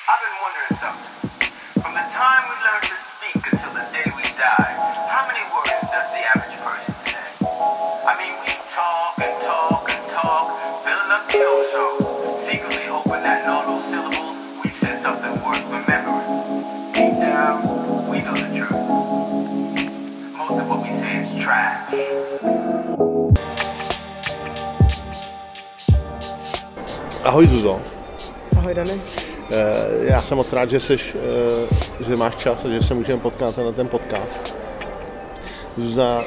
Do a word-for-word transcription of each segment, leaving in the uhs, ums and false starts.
I've been wondering something. From the time we learn to speak until the day we die, how many words does the average person say? I mean, we talk and talk and talk, filling up the ozone, secretly hoping that in all those syllables we've said something worth remembering. Deep down, we know the truth. Most of what we say is trash. Ahoj Zuzo. Ahoj Dany. Já jsem moc rád, že, seš, že máš čas a že se můžeme potkat na ten podcast. Zuza,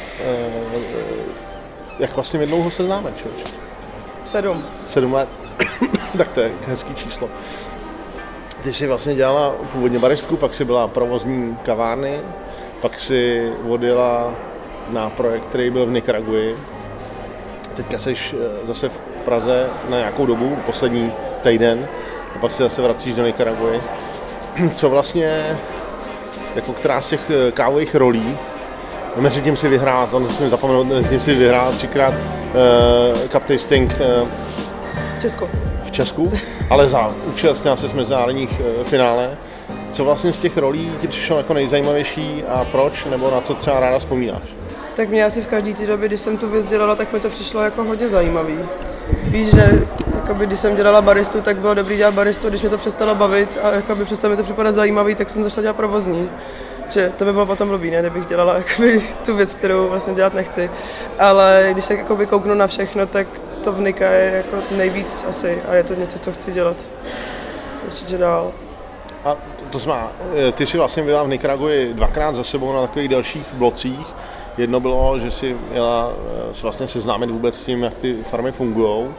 jak vlastně my dlouho se známe, člověče? Sedm. Sedm let. Tak to je hezký číslo. Ty jsi vlastně dělala původně baristku, pak jsi byla provozní kavárny, pak jsi odjela na projekt, který byl v Nikaraguji. Teďka jsi zase v Praze na nějakou dobu, poslední týden, a pak se zase vracíš do Nikaraguji. Co vlastně, jako která z těch kávových rolí, mezi tím si vyhrál, to nesmím zapomenout, mezi tím si vyhrál třikrát uh, cup tasting uh, v Česku. v Česku, ale za účastnila se z mezinárodních uh, finále. Co vlastně z těch rolí ti přišlo jako nejzajímavější a proč, nebo na co třeba ráda vzpomínáš? Tak mě asi v každé té době, když jsem tu věc dělala, tak mi to přišlo jako hodně zajímavý. Víš, že jakoby, když jsem dělala baristu, tak bylo dobrý dělat baristu, když mě to přestalo bavit a jakoby, přestalo mi to připadat zajímavý, tak jsem začala dělat provozní. Že to by bylo potom blbý, ne, kdybych dělala jakoby, tu věc, kterou vlastně dělat nechci. Ale když se jakoby, kouknu na všechno, tak to v Nika je jako nejvíc asi a je to něco, co chci dělat. Určitě dál. A to znamená, ty jsi vlastně byla v Nikaraguji dvakrát za sebou na takových dalších blocích. Jedno bylo, že si měla si vlastně seznámit vůbec s tím, jak ty farmy fungujou.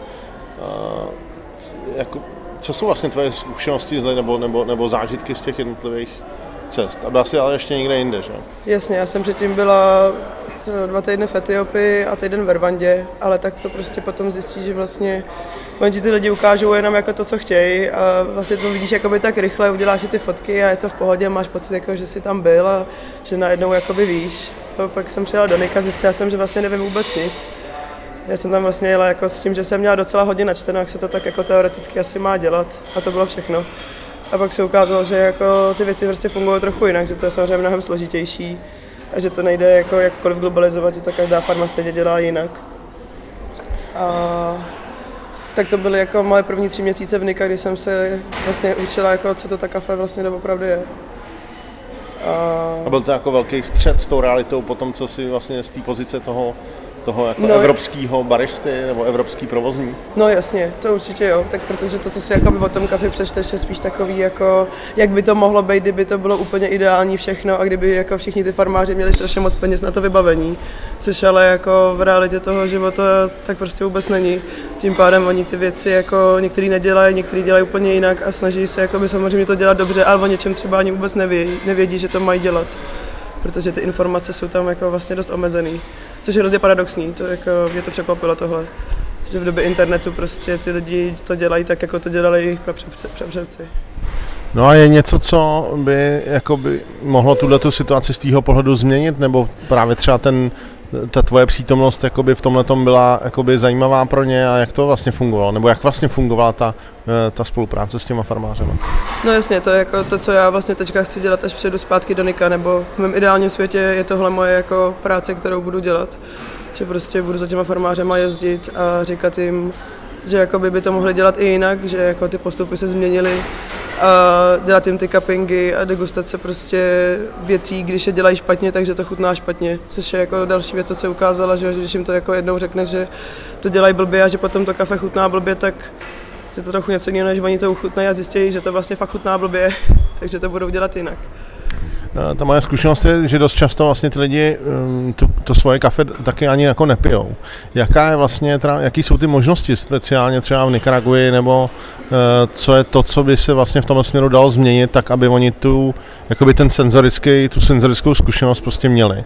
Jako, co jsou vlastně tvoje zkušenosti nebo, nebo, nebo zážitky z těch jednotlivých cest? A byla jsi ale ještě někde jinde, že? Jasně, já jsem předtím byla dva týdny v Etiopii a týden v Rwandě, ale tak to prostě potom zjistíš, že vlastně oni ti ty lidi ukážou jenom jako to, co chtějí a vlastně to vidíš jakoby tak rychle, uděláš si ty fotky a je to v pohodě, máš pocit, jako, že jsi tam byl a že najednou jakoby víš. A pak jsem přijela do Nika, zjistila jsem, že vlastně nevím vůbec nic. Já jsem tam vlastně jela jako s tím, že jsem měla docela hodně načteno, jak se to tak jako teoreticky asi má dělat a to bylo všechno. A pak se ukázalo, že jako ty věci prostě fungují trochu jinak, že to je samozřejmě mnohem složitější a že to nejde jako jakkoliv globalizovat, že to každá farma stejně dělá jinak. A tak to byly jako moje první tři měsíce v Nika, kdy jsem se vlastně učila, jako, co to ta kafe vlastně doopravdy je. A... a byl to jako velký střet s tou realitou po tom, co si vlastně z té pozice toho, toho jako no, evropského baristy nebo evropský provozní? No jasně, to určitě jo, tak protože to, co si jakoby o tom kafe přečteš, je spíš takový jako, jak by to mohlo být, kdyby to bylo úplně ideální všechno a kdyby jako všichni ty farmáři měli strašně moc peněz na to vybavení, což ale jako v realitě toho života tak prostě vůbec není. Tím pádem oni ty věci jako některý nedělají, některý dělají úplně jinak a snaží se jakoby samozřejmě to dělat dobře, ale o něčem třeba ani vůbec nevědí, nevědí, že to mají dělat, protože ty informace jsou tam jako vlastně dost omezený. Což je hrozně paradoxní, to jako mě to překvapilo tohle, že v době internetu prostě ty lidi to dělají tak, jako to dělali jejich prapředci. No a je něco, co by, jakoby, mohlo tuhletu situaci z tvýho pohledu změnit, nebo právě třeba ten, ta tvoje přítomnost jakoby v tomhletom byla jakoby zajímavá pro ně a jak to vlastně fungovalo, nebo jak vlastně fungovala ta, ta spolupráce s těma farmářema? No jasně, to je jako to, co já vlastně teďka chci dělat, až přejdu zpátky do Nika, nebo v mém ideálním světě je tohle moje jako práce, kterou budu dělat, že prostě budu za těma farmářema jezdit a říkat jim, že jakoby by to mohli dělat i jinak, že jako ty postupy se změnily a dělat jim ty cuppingy a degustace prostě věcí, když je dělají špatně, takže to chutná špatně, což je jako další věc, co se ukázala, že když jim to jako jednou řekne, že to dělají blbě a že potom to kafe chutná blbě, tak je to trochu něco jiného, než oni to uchutnají a zjistí, že to vlastně fakt chutná blbě, takže to budou dělat jinak. Ta moje zkušenost je, že dost často vlastně ty lidi to, to svoje kafe taky ani jako nepijou. Jaká je vlastně, teda, jaký jsou ty možnosti speciálně třeba v Nikaraguji, nebo co je to, co by se vlastně v tomhle směru dalo změnit, tak aby oni tu, jakoby ten senzorický, tu senzorickou zkušenost prostě měli?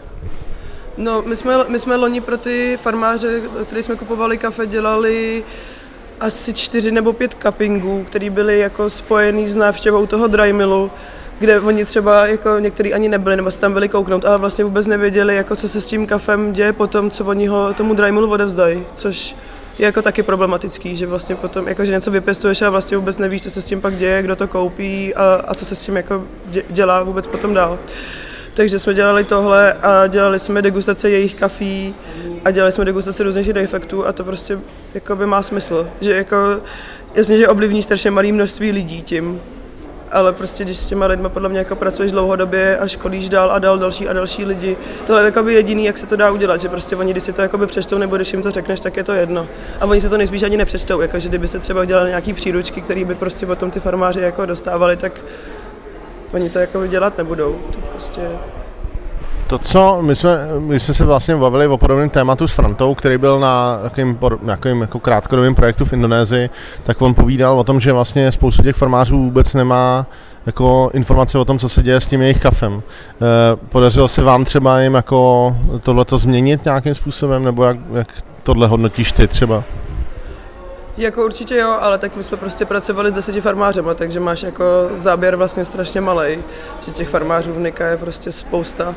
No, my jsme, my jsme loni pro ty farmáře, který jsme kupovali kafe, dělali asi čtyři nebo pět cuppingů, které byly jako spojený s návštěvou toho dry millu, kde oni třeba jako některý ani nebyli, nebo se tam byli kouknout, ale vlastně vůbec nevěděli, jako co se s tím kafem děje po tom, co oni ho tomu dry millu odevzdají, což je jako taky problematický, že vlastně potom jako, že něco vypěstuješ a vlastně vůbec nevíš, co se s tím pak děje, kdo to koupí a, a co se s tím jako dělá vůbec potom dál. Takže jsme dělali tohle a dělali jsme degustace jejich kafí a dělali jsme degustace různých defektů a to prostě jako by má smysl, že jako jasně, že ovlivní strašně malé množství lidí tím, ale prostě když s těma lidma podle mě jako pracuješ dlouhodobě a školíš dál a dál další a další lidi, tohle je jakoby jediný, jak se to dá udělat, že prostě oni, když si to jakoby přečtou nebo když jim to řekneš, tak je to jedno. A oni se to nejspíš ani nepřečtou, jakože kdyby se třeba udělali nějaký příručky, které by prostě potom ty farmáři jako dostávali, tak oni to jako dělat nebudou. To prostě... To, co my jsme, my jsme se vlastně bavili o podobném tématu s Frantou, který byl na nějakým, nějakým jako krátkodobém projektu v Indonésii, tak on povídal o tom, že vlastně spoustu těch farmářů vůbec nemá jako informace o tom, co se děje s tím jejich kafem. Podařilo se vám třeba jim jako tohleto změnit nějakým způsobem, nebo jak, jak tohle hodnotíš ty třeba? Jako určitě jo, ale tak my jsme prostě pracovali s deseti farmářema, takže máš jako záběr vlastně strašně malej, že těch farmářů v Nika je prostě spousta.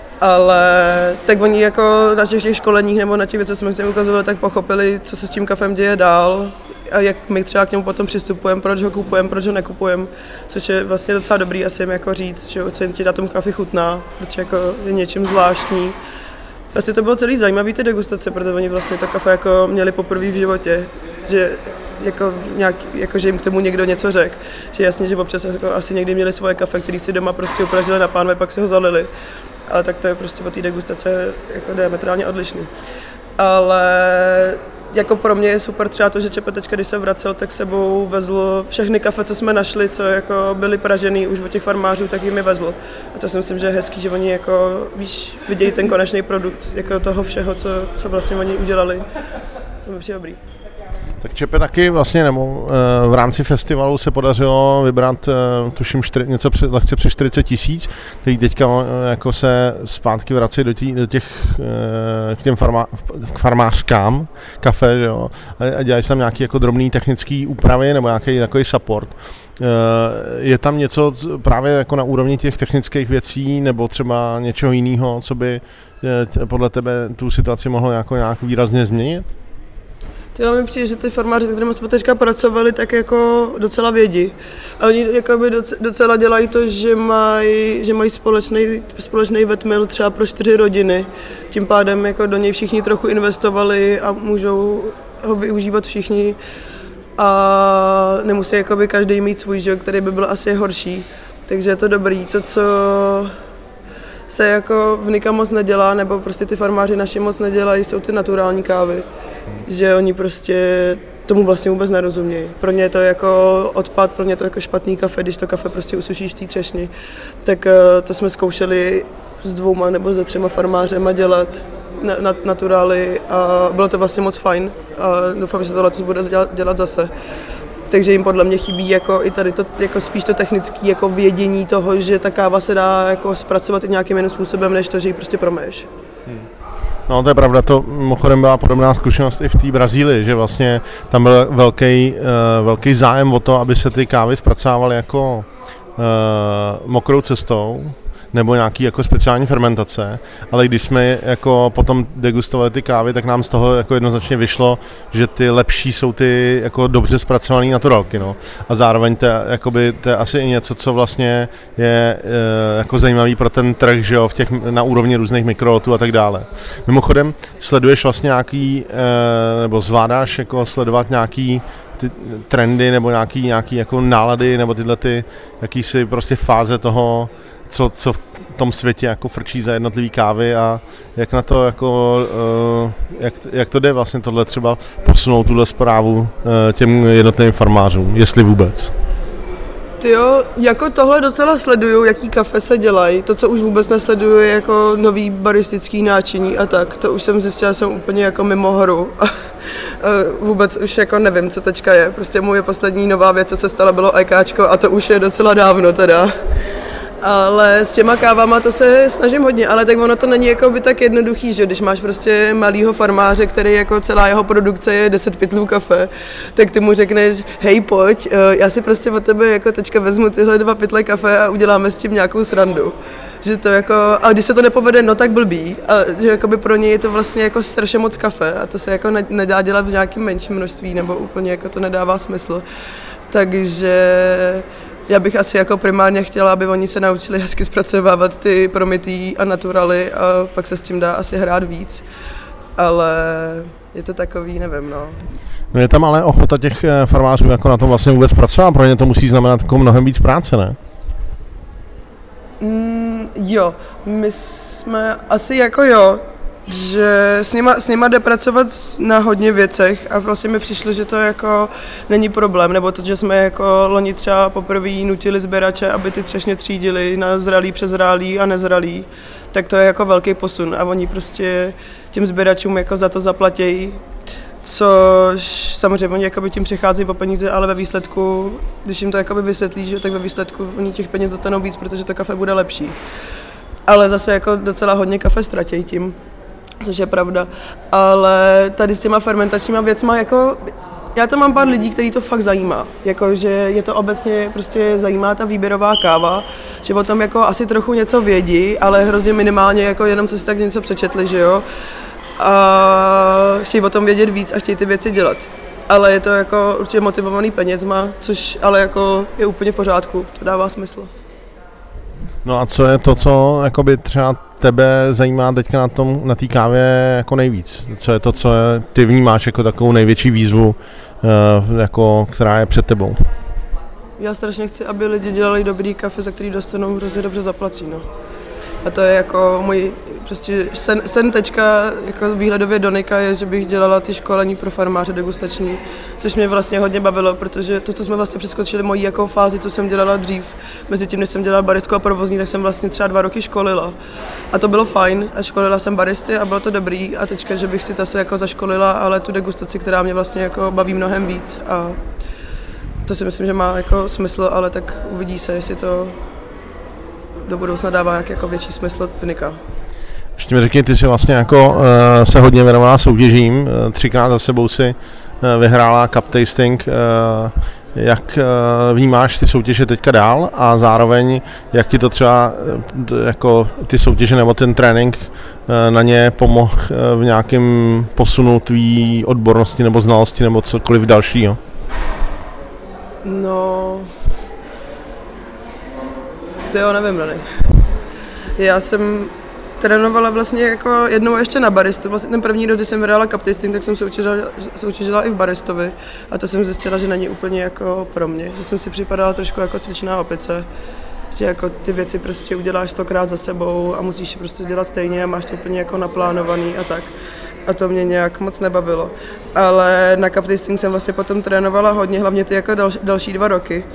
Ale tak oni jako na těch, těch školeních nebo na těch věcech, co jsme chtěli ukazovali, tak pochopili, co se s tím kafem děje dál a jak my třeba k němu potom přistupujeme, proč ho kupujeme, proč ho nekupujeme, což je vlastně docela dobrý asi jim jako říct, že co jim ti na tom kafi chutná, protože jako je něčím zvláštní. Vlastně to bylo celý zajímavý ty degustace, protože oni vlastně to kafe jako měli poprvé v životě, že jako, nějak, jako že jim k tomu někdo něco řekl, že jasně, že občas jako asi někdy měli svoje kafe, který si doma prostě upražili na pánve, pak si ho zalili, ale tak to je prostě od té degustace jako diametrálně odlišný. Ale jako pro mě je super třeba to, že Čepetečka, když se vracel, tak sebou vezl všechny kafe, co jsme našli, co jako byly pražený už od těch farmářů, tak jim je vezl. A to si myslím, že je hezký, že oni jako, víš, vidějí ten konečný produkt jako toho všeho, co, co vlastně oni udělali. To mi přijde dobrý. Tak Čepe taky vlastně, nebo v rámci festivalu se podařilo vybrat, tuším, čtyři, něco před, lehce přes čtyřicet tisíc, který teďka jako se zpátky vrací do, tí, do těch, k těm farma, k farmářkám kafe, že jo, a dělají tam nějaké jako drobné technické úpravy nebo nějaký takový support. Je tam něco právě jako na úrovni těch technických věcí nebo třeba něčeho jiného, co by podle tebe tu situaci mohlo jako nějak výrazně změnit? Tyhle mi přijde, že ty farmáři, s kterými jsme teďka pracovali, tak jako docela vědí. A oni jakoby docela dělají to, že mají, že mají společný, společný wetmill třeba pro čtyři rodiny. Tím pádem jako do něj všichni trochu investovali a můžou ho využívat všichni. A nemusí jakoby každý mít svůj život, který by byl asi horší. Takže je to dobrý. To, co se jako v Nika moc nedělá, nebo prostě ty farmáři naši moc nedělají, jsou ty naturální kávy. Že oni prostě tomu vlastně vůbec nerozumějí. Pro ně je to jako odpad, pro ně je to jako špatný kafe, když to kafe prostě usušíš v té třešni. Tak to jsme zkoušeli s dvouma nebo se třema farmářema dělat na, na, naturály a bylo to vlastně moc fajn a doufám, že to letos bude dělat, dělat zase. Takže jim podle mě chybí jako i tady to, jako spíš to technické jako vědění toho, že ta káva se dá jako zpracovat i nějakým jiným způsobem, než to, že ji prostě promeješ. Hmm. No to je pravda, to mimochodem byla podobná zkušenost i v té Brazílii, že vlastně tam byl velký, uh, velký zájem o to, aby se ty kávy zpracovávaly jako uh, mokrou cestou nebo nějaký jako speciální fermentace, ale když jsme jako potom degustovali ty kávy, tak nám z toho jako jednoznačně vyšlo, že ty lepší jsou ty jako dobře zpracované naturálky, no. A zároveň to, jakoby, to je asi i něco, co vlastně je e, jako zajímavý pro ten trh, že jo, v těch, na úrovni různých mikrolotů a tak dále. Mimochodem, sleduješ vlastně nějaký, e, nebo zvládáš jako sledovat nějaký ty trendy nebo nějaký, nějaký jako nálady nebo tyhle ty jakýsi prostě fáze toho, co, co v tom světě jako frčí za jednotlivý kávy a jak na to jako, jak, jak to jde vlastně tohle třeba posunout tuhle zprávu těm jednotlivým farmářům, jestli vůbec? Tyjo, jako tohle docela sleduju, jaký kafe se dělají. To, co už vůbec nesleduju, je jako nový baristický náčiní a tak. To už jsem zjistila, jsem úplně jako mimo hru. A vůbec už jako nevím, co teďka je. Prostě moje poslední nová věc, co se stala, bylo ajkáčko a to už je docela dávno teda. Ale s těma kávama to se snažím hodně, ale tak ono to není jako by tak jednoduchý, že když máš prostě malýho farmáře, který jako celá jeho produkce je deset pytlů kafe, tak ty mu řekneš, hej pojď, já si prostě od tebe jako teďka vezmu tyhle dva pytle kafe a uděláme s tím nějakou srandu. že to jako, a když se to nepovede, no tak blbý, a že jakoby pro ně je to vlastně jako strašně moc kafe a to se jako nedá dělat v nějakém menším množství, nebo úplně jako to nedává smysl. Takže já bych asi jako primárně chtěla, aby oni se naučili hezky zpracovávat ty promytý a naturaly a pak se s tím dá asi hrát víc, ale je to takový, nevím, no. No je tam ale ochota těch farmářů jako na tom vlastně vůbec pracovat, pro ně to musí znamenat jako mnohem víc práce, ne? Mm, jo, my jsme asi jako jo, že s nima, s nima jde pracovat na hodně věcech a vlastně mi přišlo, že to jako není problém, nebo to, že jsme jako loni třeba poprvé nutili sběrače, aby ty třešně třídili na zralý, přezrálý a nezralý, tak to je jako velký posun a oni prostě těm sběračům jako za to zaplatějí, což samozřejmě oni jakoby tím přicházejí po peníze, ale ve výsledku, když jim to jakoby vysvětlí, že tak ve výsledku oni těch peněz dostanou víc, protože to kafe bude lepší. Ale zase jako docela hodně kafe ztratějí tím, což je pravda. Ale tady s těma fermentačníma věcma, jako já tam mám pár lidí, který to fakt zajímá. Jako, že je to obecně prostě zajímá ta výběrová káva, že o tom jako asi trochu něco vědí, ale hrozně minimálně jako jenom co si tak něco přečetli, že jo. A chtějí o tom vědět víc a chtějí ty věci dělat. Ale je to jako určitě motivovaný penězma, což ale jako je úplně v pořádku, to dává smysl. No a co je to, co jakoby třeba tebe zajímá teďka na tom, na té kávě jako nejvíc? Co je to, co je, ty vnímáš jako takovou největší výzvu, jako, která je před tebou? Já strašně chci, aby lidi dělali dobrý kafe, za který dostanou hrozně dobře zaplací, no. A to je jako můj prostě sen, sen tečka jako výhledově do Nika je, že bych dělala ty školení pro farmáře degustační, což mě vlastně hodně bavilo, protože to, co jsme vlastně přeskočili mojí jako fázi, co jsem dělala dřív, mezi tím, než jsem dělala baristku a provozní, tak jsem vlastně třeba dva roky školila. A to bylo fajn a školila jsem baristy a bylo to dobrý a teďka, že bych si zase jako zaškolila, ale tu degustaci, která mě vlastně jako baví mnohem víc a to si myslím, že má jako smysl, ale tak uvidí se, jestli to do budoucna dává nějaký jako větší smysl v Nika. Ještě mi řekni, ty jsi vlastně jako uh, se hodně věnovala soutěžím, uh, třikrát za sebou si uh, vyhrála Cup Tasting. Uh, jak uh, vnímáš ty soutěže teďka dál a zároveň jak ti to třeba uh, jako ty soutěže nebo ten trénink uh, na ně pomohl uh, v nějakém posunu tvý odbornosti nebo znalosti nebo cokoliv dalšího? No... To jo, nevím, Rany. Já jsem trénovala vlastně jako jednou ještě na baristu. Vlastně ten první rok, když jsem vyhrála cup tasting, tak jsem soutěžila, soutěžila i v baristovi. A to jsem zjistila, že není úplně jako pro mě. Že jsem si připadala trošku jako cvičná opice. Že jako ty věci prostě uděláš stokrát za sebou a musíš je prostě dělat stejně a máš to úplně jako naplánovaný a tak. A to mě nějak moc nebavilo. Ale na cup tasting jsem vlastně potom trénovala hodně, hlavně ty jako dal, další dva roky.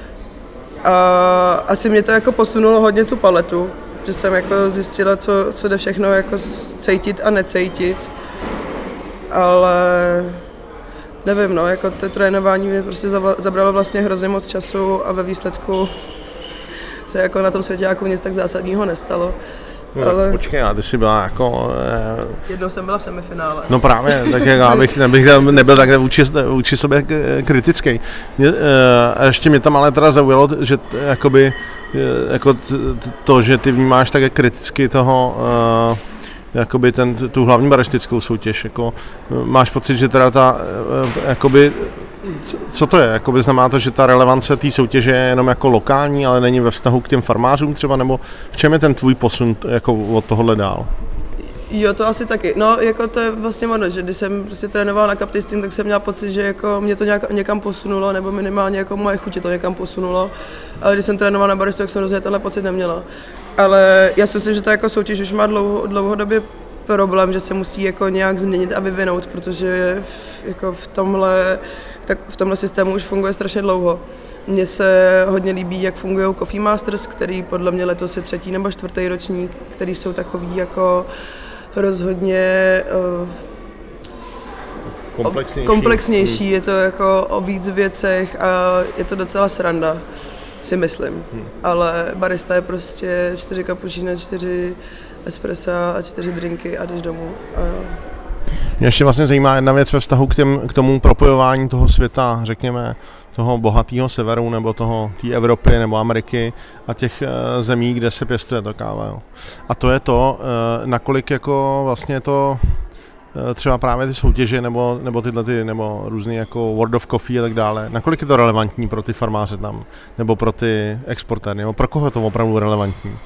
A asi mě to jako posunulo hodně tu paletu, že jsem jako zjistila, co, co jde všechno jako cítit a necítit, ale nevím, no, jako to trénování mě prostě zabralo vlastně hrozně moc času a ve výsledku se jako na tom světě jako nic tak zásadního nestalo. No, ale... Počkej, a ty jsi byla jako... Eh... Jednou jsem byla v semifinále. No právě, tak já bych, bych nebyl tak vůči, vůči sobě kritický. Mě, eh, a ještě mě tam ale teda zaujalo, že t, jakoby, jako t, to, že ty vnímáš tak kriticky toho, eh, jakoby ten, tu hlavní baristickou soutěž. Jako, máš pocit, že teda ta, eh, jakoby, co to je? Jakoby znamená to, že ta relevance té soutěže je jenom jako lokální, ale není ve vztahu k těm farmářům třeba, nebo v čem je ten tvůj posun jako od tohohle dál? Jo, to asi taky. No, jako to je vlastně ono, že když jsem prostě trénovala na cup tasting, tak jsem měla pocit, že jako mě to nějak, někam posunulo, nebo minimálně jako moje chutě to někam posunulo. Ale když jsem trénovala na baristu, tak jsem rozhodně tenhle pocit neměla. Ale já si myslím, že ta jako soutěž už má dlouho, dlouhodobě problém, že se musí jako nějak změnit a vyvinout, protože v, jako v tomhle tak v tomhle systému už funguje strašně dlouho. Mně se hodně líbí, jak fungují Coffee Masters, který podle mě letos je třetí nebo čtvrtý ročník, který jsou takový jako rozhodně uh, komplexnější. komplexnější. Je to jako o víc věcech a je to docela sranda, si myslím. Hmm. Ale barista je prostě čtyři kapučína, čtyři espressa a čtyři drinky a jdeš domů. A mě ještě vlastně zajímá jedna věc ve vztahu k, těm, k tomu propojování toho světa, řekněme, toho bohatého severu nebo toho té Evropy nebo Ameriky a těch zemí, kde se pěstuje to káva. Jo. A to je to, nakolik jako vlastně to třeba právě ty soutěže nebo, nebo tyhle ty, nebo různý jako World of Coffee a tak dále. Nakolik je to relevantní pro ty farmáře tam, nebo pro ty exportéry, nebo pro koho je to opravdu relevantní?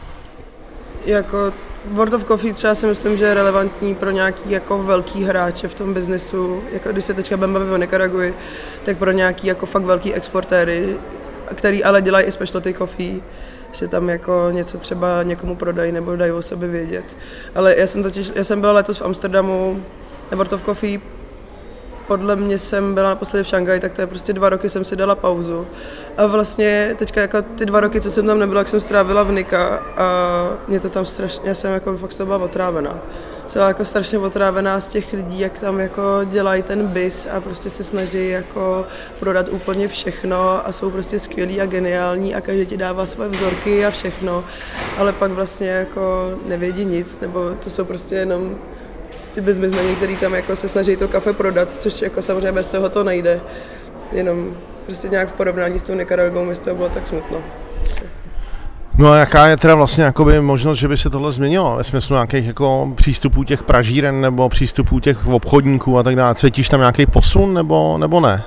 Jako World of Coffee třeba si myslím, že je relevantní pro nějaký jako velký hráče v tom biznesu, jako když se teďka budeme bavit o Nikaraguji, tak pro nějaký jako fakt velký exportéry, který ale dělají i specialty coffee, že tam jako něco třeba někomu prodají nebo dají o sobě vědět. Ale já jsem totiž, já jsem byla letos v Amsterdamu na World of Coffee, podle mě jsem byla naposledy v Šanghaji, tak to je prostě dva roky jsem si dala pauzu. A vlastně teďka jako ty dva roky, co jsem tam nebyla, jak jsem strávila v Nika a mě to tam strašně, já jsem jako fakt to byla otrávená. Jsem jako strašně otrávená z těch lidí, jak tam jako dělají ten biz a prostě se snaží jako prodat úplně všechno a jsou prostě skvělí a geniální a každý ti dává svoje vzorky a všechno, ale pak vlastně jako nevědí nic, nebo to jsou prostě jenom ty biznismeni, kteří tam jako se snaží to kafe prodat, což jako samozřejmě bez toho to nejde. Jenom prostě nějak v porovnání s tou Nikaragou mi z toho bylo tak smutno. No a jaká je teda vlastně jakoby možnost, že by se tohle změnilo ve smyslu nějakých jako přístupů těch pražíren nebo přístupů těch obchodníků a tak dále? Cítíš tam nějaký posun nebo, nebo ne?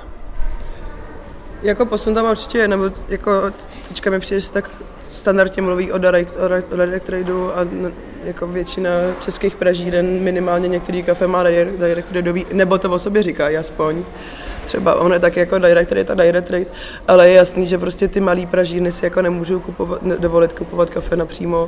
Jako posun tam určitě je, nebo jako teďka mi přijde, tak standardně mluví o direct, o direct tradu a jako většina českých pražíren, minimálně některý kafe má direct tradeový, nebo to o sobě říkají aspoň. Třeba on je taky jako direct trade a direct trade, ale je jasný, že prostě ty malý pražírny si jako nemůžou kupovat, dovolit kupovat kafe napřímo,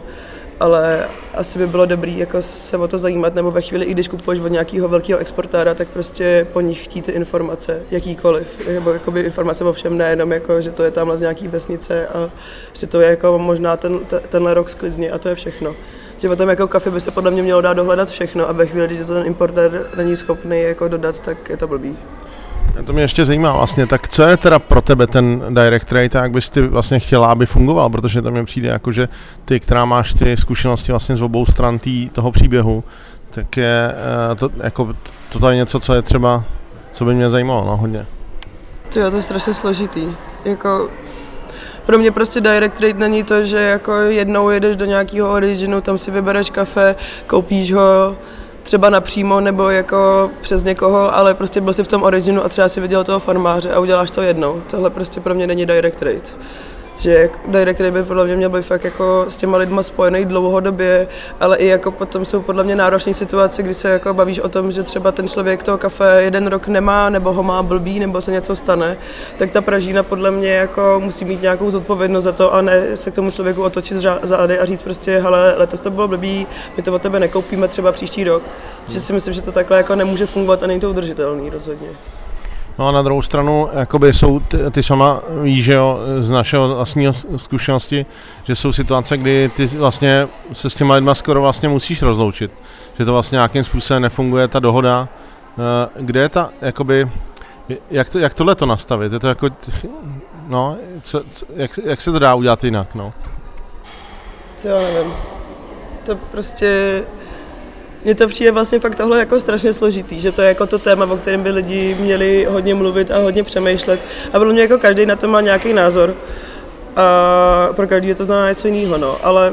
ale asi by bylo dobrý jako se o to zajímat, nebo ve chvíli, i když kupuješ od nějakého velkého exportára, tak prostě po nich chtít ty informace, jakýkoliv, nebo jakoby informace o všem, nejenom jako, že to je tamhle z nějaký vesnice a že to je jako možná ten, tenhle rok sklizně a to je všechno. Že o tom jako kafe by se podle mě mělo dát dohledat všechno a ve chvíli, když to ten importér není schopný jako dodat, tak je to blbý. To mě ještě zajímá vlastně, tak co je teda pro tebe ten direct trade a jak bys ty vlastně chtěla, aby fungoval, protože to mi přijde jako, že ty, která máš ty zkušenosti vlastně z obou stran tý, toho příběhu, tak je to, jako, to je něco, co je třeba, co by mě zajímalo, no hodně. To je to strašně složitý, jako pro mě prostě direct trade není to, že jako jednou jedeš do nějakého originu, tam si vybereš kafe, koupíš ho, třeba napřímo nebo jako přes někoho, ale prostě byl si v tom originu a třeba si viděl toho farmáře a uděláš to jednou. Tohle prostě pro mě není direct trade. Že direct trade by podle mě měl být fakt jako s těma lidma spojený dlouhodobě, ale i jako potom jsou podle mě náročné situace, kdy se jako bavíš o tom, že třeba ten člověk toho kafe jeden rok nemá, nebo ho má blbý, nebo se něco stane, tak ta pražína podle mě jako musí mít nějakou zodpovědnost za to a ne se k tomu člověku otočit zády a říct prostě, hele, letos to bylo blbý, my to od tebe nekoupíme třeba příští rok. Že si myslím, že to takhle jako nemůže fungovat a není to udržitelný rozhodně. No a na druhou stranu, jakoby jsou, ty, ty sama víš, že jo, z našeho vlastního zkušenosti, že jsou situace, kdy ty vlastně se s těma lidma skoro vlastně musíš rozloučit. Že to vlastně nějakým způsobem nefunguje ta dohoda. Kde je ta, jakoby, jak, to, jak tohle to nastavit? Je to jako, no, co, jak, jak se to dá udělat jinak, no? To já nevím. To prostě... Mně to přijde vlastně fakt tohle jako strašně složitý, že to je jako to téma, o kterém by lidi měli hodně mluvit a hodně přemýšlet. A bylo mě jako každý na to má nějaký názor. A pro každý to znamená něco jiného, no. Ale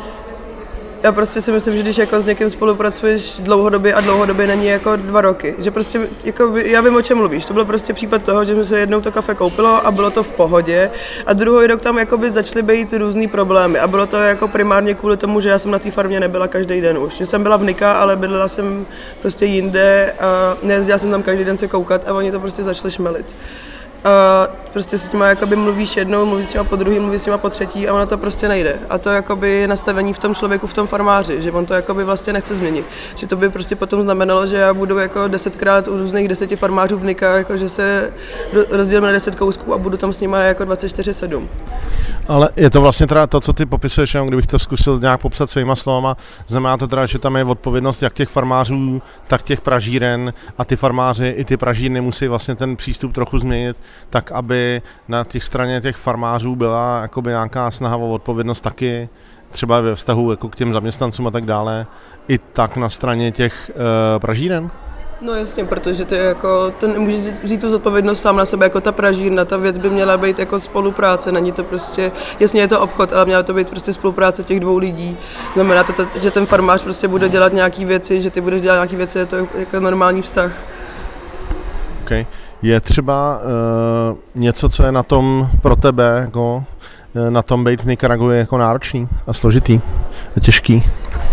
já prostě si myslím, že když jako s někým spolupracuješ dlouhodobě a dlouhodobě není jako dva roky, že prostě, jako já vím, o čem mluvíš, to byl prostě případ toho, že jsme se jednou to kafe koupilo a bylo to v pohodě a druhý rok tam jakoby začaly být různý problémy a bylo to jako primárně kvůli tomu, že já jsem na té farmě nebyla každý den už, že jsem byla v Nika, ale bydlela jsem prostě jinde a nejezdila jsem tam každý den se koukat a oni to prostě začali šmelit. A prostě s nima jakoby mluvíš jednou, mluvíš s nima po druhý, mluvíš s nima po třetí a ono to prostě nejde. A to jakoby je nastavení v tom člověku, v tom farmáři, že on to jakoby vlastně nechce změnit. Že to by prostě potom znamenalo, že já budu jako desetkrát u různých deseti farmářů v Nika, jako že se rozdělím na deset kousků a budu tam s nima jako dvacet čtyři sedm. Ale je to vlastně teda to, co ty popisuješ, jenom kdybych to zkusil nějak popsat svýma slovama, znamená to teda, že tam je odpovědnost jak těch farmářů, tak těch pražíren a ty farmáři i ty pražírny musí vlastně ten přístup trochu změnit, tak aby na těch straně těch farmářů byla jakoby nějaká snaha o odpovědnost taky, třeba ve vztahu jako k těm zaměstnancům a tak dále, i tak na straně těch uh, pražíren? No jasně, protože to je jako, to nemůže vzít tu zodpovědnost sám na sebe, jako ta pražírna, ta věc by měla být jako spolupráce, není to prostě, jasně je to obchod, ale měla to být prostě spolupráce těch dvou lidí. Znamená to, že ten farmář prostě bude dělat nějaké věci, že ty budeš dělat nějaké věci, je to jako normální vztah. Okay. Je třeba uh, něco, co je na tom pro tebe, jako, na tom být v Nikaraguji jako náročný a složitý a těžký?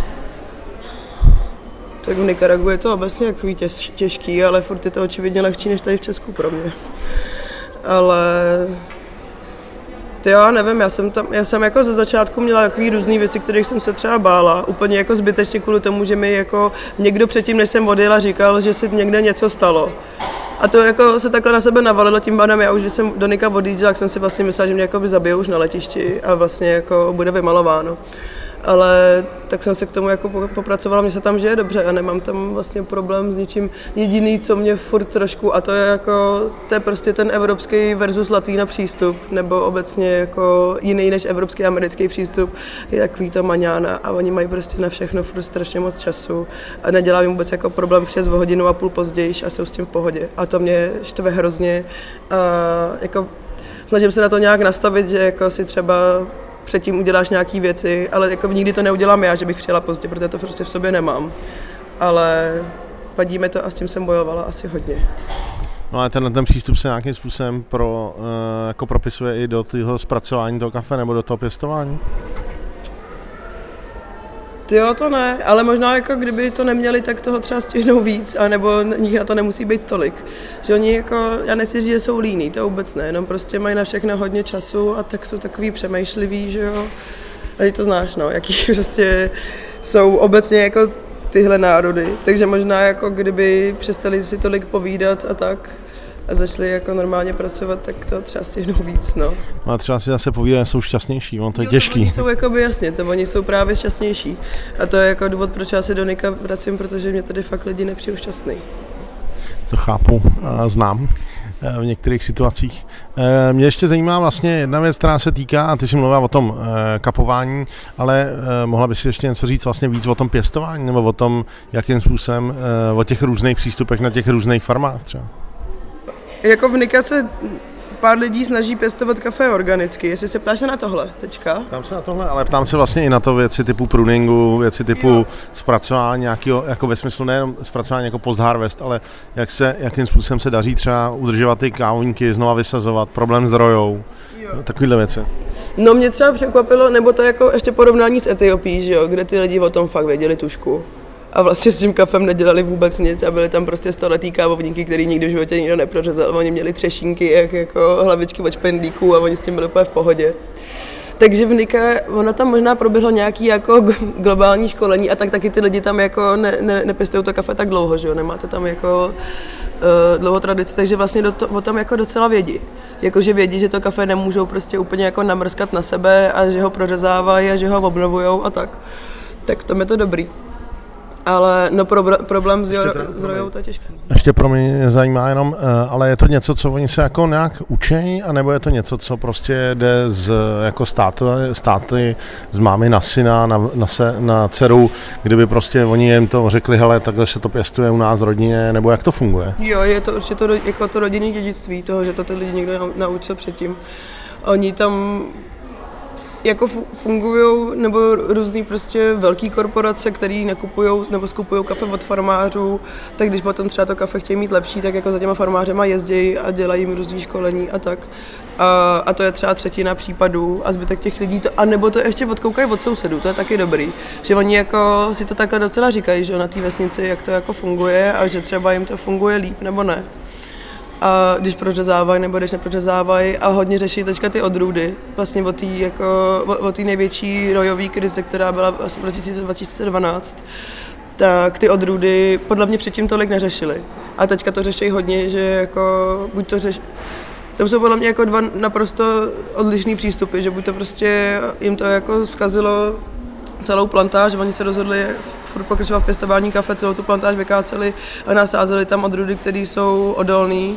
Tak v Nikaragu je to obecně jako těž, těžký, ale furt je to očividně lehčí než tady v Česku pro mě. Ale to já nevím, já jsem, tam, já jsem jako ze začátku měla takový různý věci, kterých jsem se třeba bála. Úplně jako zbytečně kvůli tomu, že mi jako někdo předtím, než jsem odjela, říkal, že si někde něco stalo. A to jako se takhle na sebe navalilo, tím pádem já už, když jsem do Nika odjížděla, tak jsem si vlastně myslela, že mě jako by zabijou už na letišti a vlastně jako bude vymalováno. Ale tak jsem se k tomu jako popracovala, mně se tam žije dobře a nemám tam vlastně problém s ničím. Jediný, co mě furt trošku, a to je jako, to je prostě ten evropský versus latína přístup, nebo obecně jako jiný než evropský americký přístup, je takový ta maňána a oni mají prostě na všechno furt strašně moc času a nedělá jim vůbec jako problém přijet o hodinu a půl později a jsou s tím v pohodě. A to mě štve hrozně a jako snažím se na to nějak nastavit, že jako si třeba předtím uděláš nějaký věci, ale jako nikdy to neudělám já, že bych přijela pozdě, protože to prostě v sobě nemám. Ale vadí mi to a s tím jsem bojovala asi hodně. No ale tenhle ten přístup se nějakým způsobem pro, jako propisuje i do toho zpracování toho kafe nebo do toho pěstování? Jo, to ne, ale možná jako kdyby to neměli, tak toho třeba stihnou víc, anebo nich na to nemusí být tolik. Že oni jako, já nechci říct, že jsou líní, to vůbec ne, jenom prostě mají na všechno hodně času a tak jsou takový přemýšliví, že jo. A ty to znáš, no, jaký prostě jsou obecně jako tyhle národy. Takže možná jako kdyby přestali si tolik povídat a tak a začali jako normálně pracovat, tak to třeba stihnou víc, no. No a třeba si zase povídají, jsou šťastnější, on to je jo, těžký. Oni jsou jakoby jasně, to oni jsou právě šťastnější. A to je jako důvod, proč já se do Nika vracím, protože mě tady fakt lidi nepřijou šťastný. To chápu a znám v některých situacích. Mě ještě zajímá vlastně jedna věc, která se týká, a ty jsi mluvila o tom kapování, ale mohla by si ještě něco říct vlastně víc o tom pěstování, nebo o tom, jakým způsobem, o těch různých přístupech na těch různých farmách třeba? Jako v Nika se pár lidí snaží pěstovat kafe organicky, jestli se ptáš na tohle, tečka. Ptám se na tohle, ale ptám se vlastně i na to věci typu pruningu, věci typu jo. zpracování nějakého, jako ve smyslu nejenom zpracování jako post-harvest, ale jak se, jakým způsobem se daří třeba udržovat ty kávovníky, znova vysazovat, problém s drojou, no, takovýhle věci. No mě třeba překvapilo, nebo to jako ještě porovnání s Etiopií, že jo, kde ty lidi o tom fakt věděli tušku. A vlastně s tím kafem nedělali vůbec nic a byli tam prostě stoletý kávovníky, který nikdy v životě nikdo neprořezal. Oni měli třešínky, jak jako hlavičky od špendlíků a oni s tím byli úplně v pohodě. Takže v Nika, ono tam možná proběhlo nějaké jako globální školení a tak taky ty lidi tam jako ne, ne, nepěstují to kafe tak dlouho, že jo, nemá to tam jako uh, dlouho tradici, takže vlastně do to, o tom jako docela vědí. Jakože vědí, že to kafe nemůžou prostě úplně jako namrskat na sebe a že ho prořezávají a že ho obnovujou a tak. Tak to je to dobrý. Ale no pro, problém s rojou, to je těžký. Ještě pro mě zajímá jenom, ale je to něco, co oni se jako nějak učí, anebo je to něco, co prostě jde z jako státy, státy z mámy na syna, na, na, se, na dceru, kdyby prostě oni jim to řekli, hele, takhle se to pěstuje u nás v rodině, nebo jak to funguje? Jo, je to určitě to, jako to rodinné dědictví toho, že to ty lidi někdo naučil předtím. Oni tam jako fungují nebo různý prostě velký korporace, které nakupují nebo skupují kafe od farmářů, tak když potom třeba to kafe chtějí mít lepší, tak jako za těma farmářema jezdí a dělají jim různý školení a tak. A, a to je třeba třetina případů a zbytek těch lidí to, a nebo to ještě odkoukají od sousedů, to je taky dobrý. Že oni jako si to takhle docela říkají, že na té vesnici, jak to jako funguje a že třeba jim to funguje líp nebo ne. A když prořezávají nebo když neprořezávají a hodně řeší teďka ty odrůdy, vlastně o té jako, o té největší rojové krize, která byla v roce dva tisíce dvanáct, tak ty odrůdy podle mě předtím tolik neřešily. A teďka to řeší hodně, že jako buď to řeší, tam jsou podle mě jako dva naprosto odlišný přístupy, že buď to prostě jim to jako zkazilo celou plantáž, oni se rozhodli furt pokračovat v pěstování kafe, celou tu plantáž vykáceli a nasázeli tam odrůdy, které jsou odolné.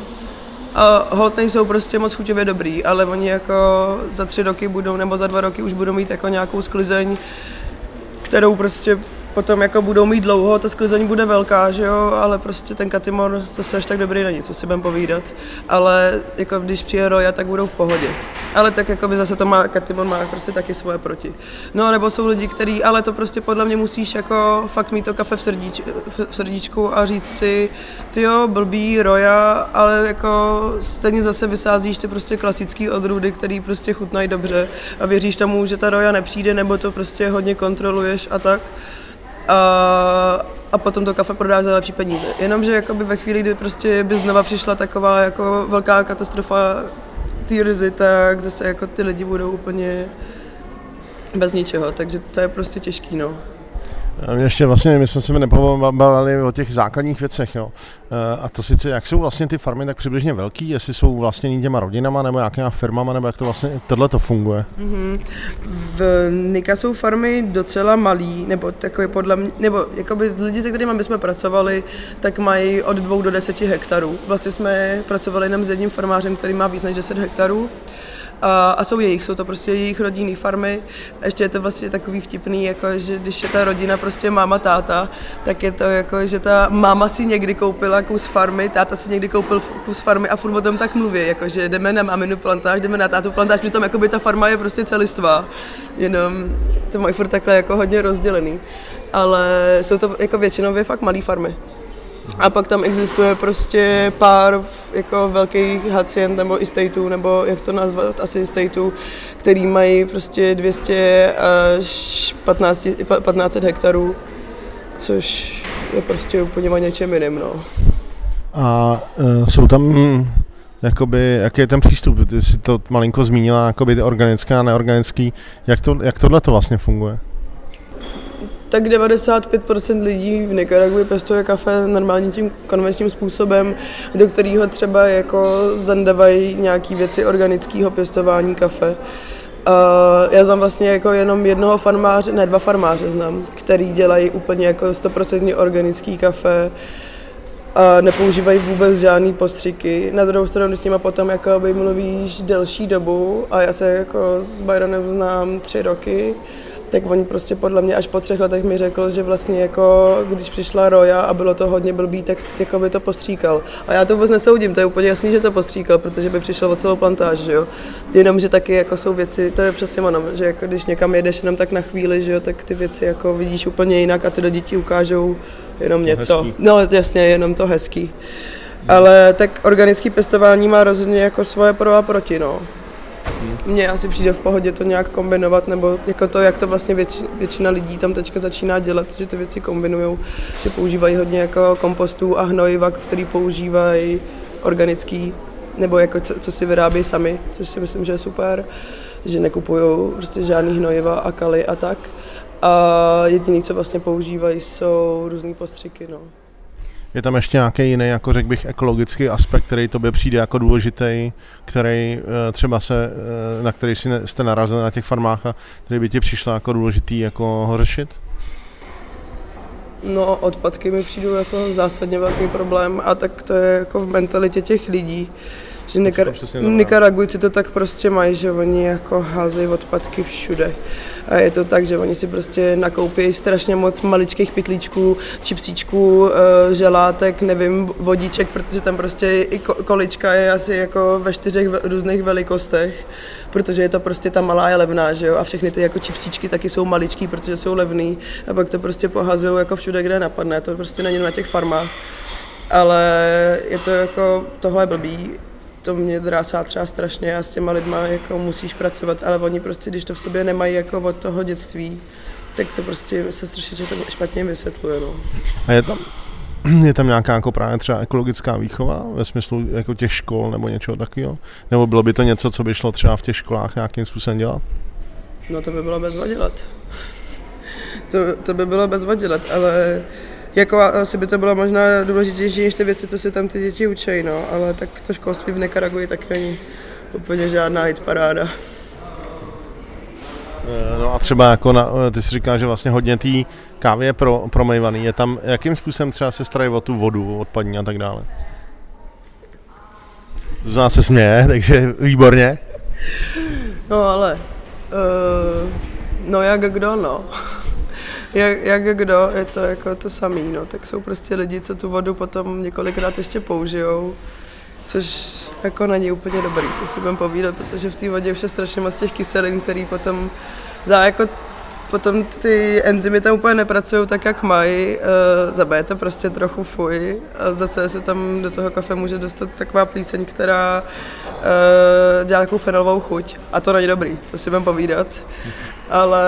A hod nejsou prostě moc chuťově dobrý, ale oni jako za tři roky budou, nebo za dva roky už budou mít jako nějakou sklizeň, kterou prostě potom jako budou mít dlouho, ta sklizeň bude velká, že jo, ale prostě ten Katimor zase až tak dobrý není, co si budem povídat. Ale jako když přijde Roja, tak budou v pohodě. Ale tak jako by zase to má, Katimor má prostě taky svoje proti. No nebo jsou lidi, kteří, ale to prostě podle mě musíš jako fakt mít to kafe v, srdíč, v srdíčku a říct si, tyjo, blbý Roja, ale jako stejně zase vysázíš ty prostě klasický odrůdy, který prostě chutnají dobře a věříš tomu, že ta Roja nepřijde, nebo to prostě hodně kontroluješ a tak. A, a potom to kafe prodáš za lepší peníze. Jenomže jakoby ve chvíli, kdy prostě by znova přišla taková jako velká katastrofa té ryzy, tak zase jako ty lidi budou úplně bez ničeho, takže to je prostě těžký, no. Ještě vlastně, my jsme se nepobavili o těch základních věcech, jo. A to sice, jak jsou vlastně ty farmy tak přibližně velký, jestli jsou vlastně těma rodinama nebo nějakýma firmama, nebo jak to vlastně, tohle to funguje? Mm-hmm. V Nika jsou farmy docela malý, nebo takové podle mě, nebo jakoby lidi, se kterými bychom pracovali, tak mají od dvou do deseti hektarů. Vlastně jsme pracovali jenom s jedním farmářem, který má víc než deset hektarů. A, a jsou jejich, jsou to prostě jejich rodinné farmy. Ještě je to vlastně takový vtipný, jako, že když je ta rodina prostě máma, táta, tak je to jako, že ta máma si někdy koupila kus farmy, táta si někdy koupil kus farmy a furt o tom tak mluví, jako, že jdeme na maminu plantáž, jdeme na tátu plantáž, přitom jakoby ta farma je prostě celistvá, jenom to mají furt takhle jako hodně rozdělený. Ale jsou to jako většinově fakt malé farmy. A pak tam existuje prostě pár jako velkých hacient nebo estateů, nebo jak to nazvat, asi estateů, který mají prostě dvě stě až patnáct set hektarů, což je prostě úplně o něčem jiným, no. A uh, jsou tam, hm, jakoby, jaký je ten přístup? Ty jsi to malinko zmínila, jakoby organické a neorganický. Jak, to, jak tohle to vlastně funguje? Tak devadesát pět procent lidí v Nikaragui pěstuje kafe normálním tím konvenčním způsobem, do kterého třeba jako zandávají nějaké věci organického pěstování kafe. A já znám vlastně jako jenom jednoho farmáře, ne dva farmáře znám, který dělají úplně jako sto procent organický kafe a nepoužívají vůbec žádný postřiky. Na druhou stranu, když s nima potom jako by mluvíš delší dobu a já se jako s Byronem znám tři roky, tak oni prostě podle mě až po třech letech mi řekl, že vlastně jako, když přišla Roja a bylo to hodně blbý, tak jako by to postříkal. A já to vůbec nesoudím, to je úplně jasný, že to postříkal, protože by přišel o celou plantáž, že jo. Jenom, že taky jako jsou věci, to je přesně ono, že jako když někam jedeš jenom tak na chvíli, že jo, tak ty věci jako vidíš úplně jinak a ty lidi ti ukážou jenom to něco. Hezký. No jasně, jenom to hezký. Hmm. Ale tak organický pěstování má rozhodně jako svoje pro a proti, no. Mně asi přijde v pohodě to nějak kombinovat, nebo jako to, jak to vlastně větši, většina lidí tam teďka začíná dělat, že ty věci kombinujou, že používají hodně jako kompostů a hnojiva, který používají organický, nebo jako co, co si vyrábí sami, což si myslím, že je super, že nekupují prostě žádný hnojiva a kaly a tak. A jediný, co vlastně používají, jsou různý postřiky, no. Je tam ještě nějaký jiný, jako řekl bych, ekologický aspekt, který tobě přijde jako důležitý, který třeba se, na který jste narazili na těch farmách a který by ti přišlo jako důležitý jako ho řešit? No, odpadky mi přijdou jako zásadně velký problém a tak to je jako v mentalitě těch lidí. Že Nikar- Nikaragujci to tak prostě mají, že oni jako házejí odpadky všude. A je to tak, že oni si prostě nakoupí strašně moc maličkých pytlíčků, čipsíčků, želátek, nevím, vodíček, protože tam prostě i količka je asi jako ve čtyřech různých velikostech, protože je to prostě ta malá je levná, že jo, a všechny ty jako čipsíčky taky jsou maličký, protože jsou levný a pak to prostě pohazují jako všude, kde napadne, to prostě není na těch farmách. Ale je to jako, tohle je blbý. To mě drásá třeba strašně a s těma lidma jako musíš pracovat, ale oni prostě, když to v sobě nemají jako od toho dětství, tak to prostě se strašně to špatně vysvětluje. No. A je tam, je tam nějaká jako právě třeba ekologická výchova ve smyslu jako těch škol nebo něčeho takového? Nebo bylo by to něco, co by šlo třeba v těch školách nějakým způsobem dělat? No to by bylo bezva dělat. to, to by bylo bezva dělat, ale jako asi by to bylo možná důležitější než ty věci, co si tam ty děti učí, no, ale tak to školství v Nikaragui taky není úplně žádná hitparáda. No a třeba jako na, ty jsi říkal, že vlastně hodně té kávy je pro, promejvaný. Je tam, jakým způsobem třeba se starají o tu vodu, odpadní a tak dále? Z nás se směje, takže výborně. No ale, uh, no jak kdo, no. Jak, jak kdo, je to jako to samý, no. Tak jsou prostě lidi, co tu vodu potom několikrát ještě použijou, což jako není úplně dobrý, co si budeme povídat, protože v té vodě už je strašně moc těch kyselin, který potom za jako potom ty enzymy tam úplně nepracují tak, jak mají, uh, za B je to prostě trochu fuj a za C se tam do toho kafe může dostat taková plíseň, která uh, dělá takovou fenolovou chuť a to není dobrý, co si budeme povídat, ale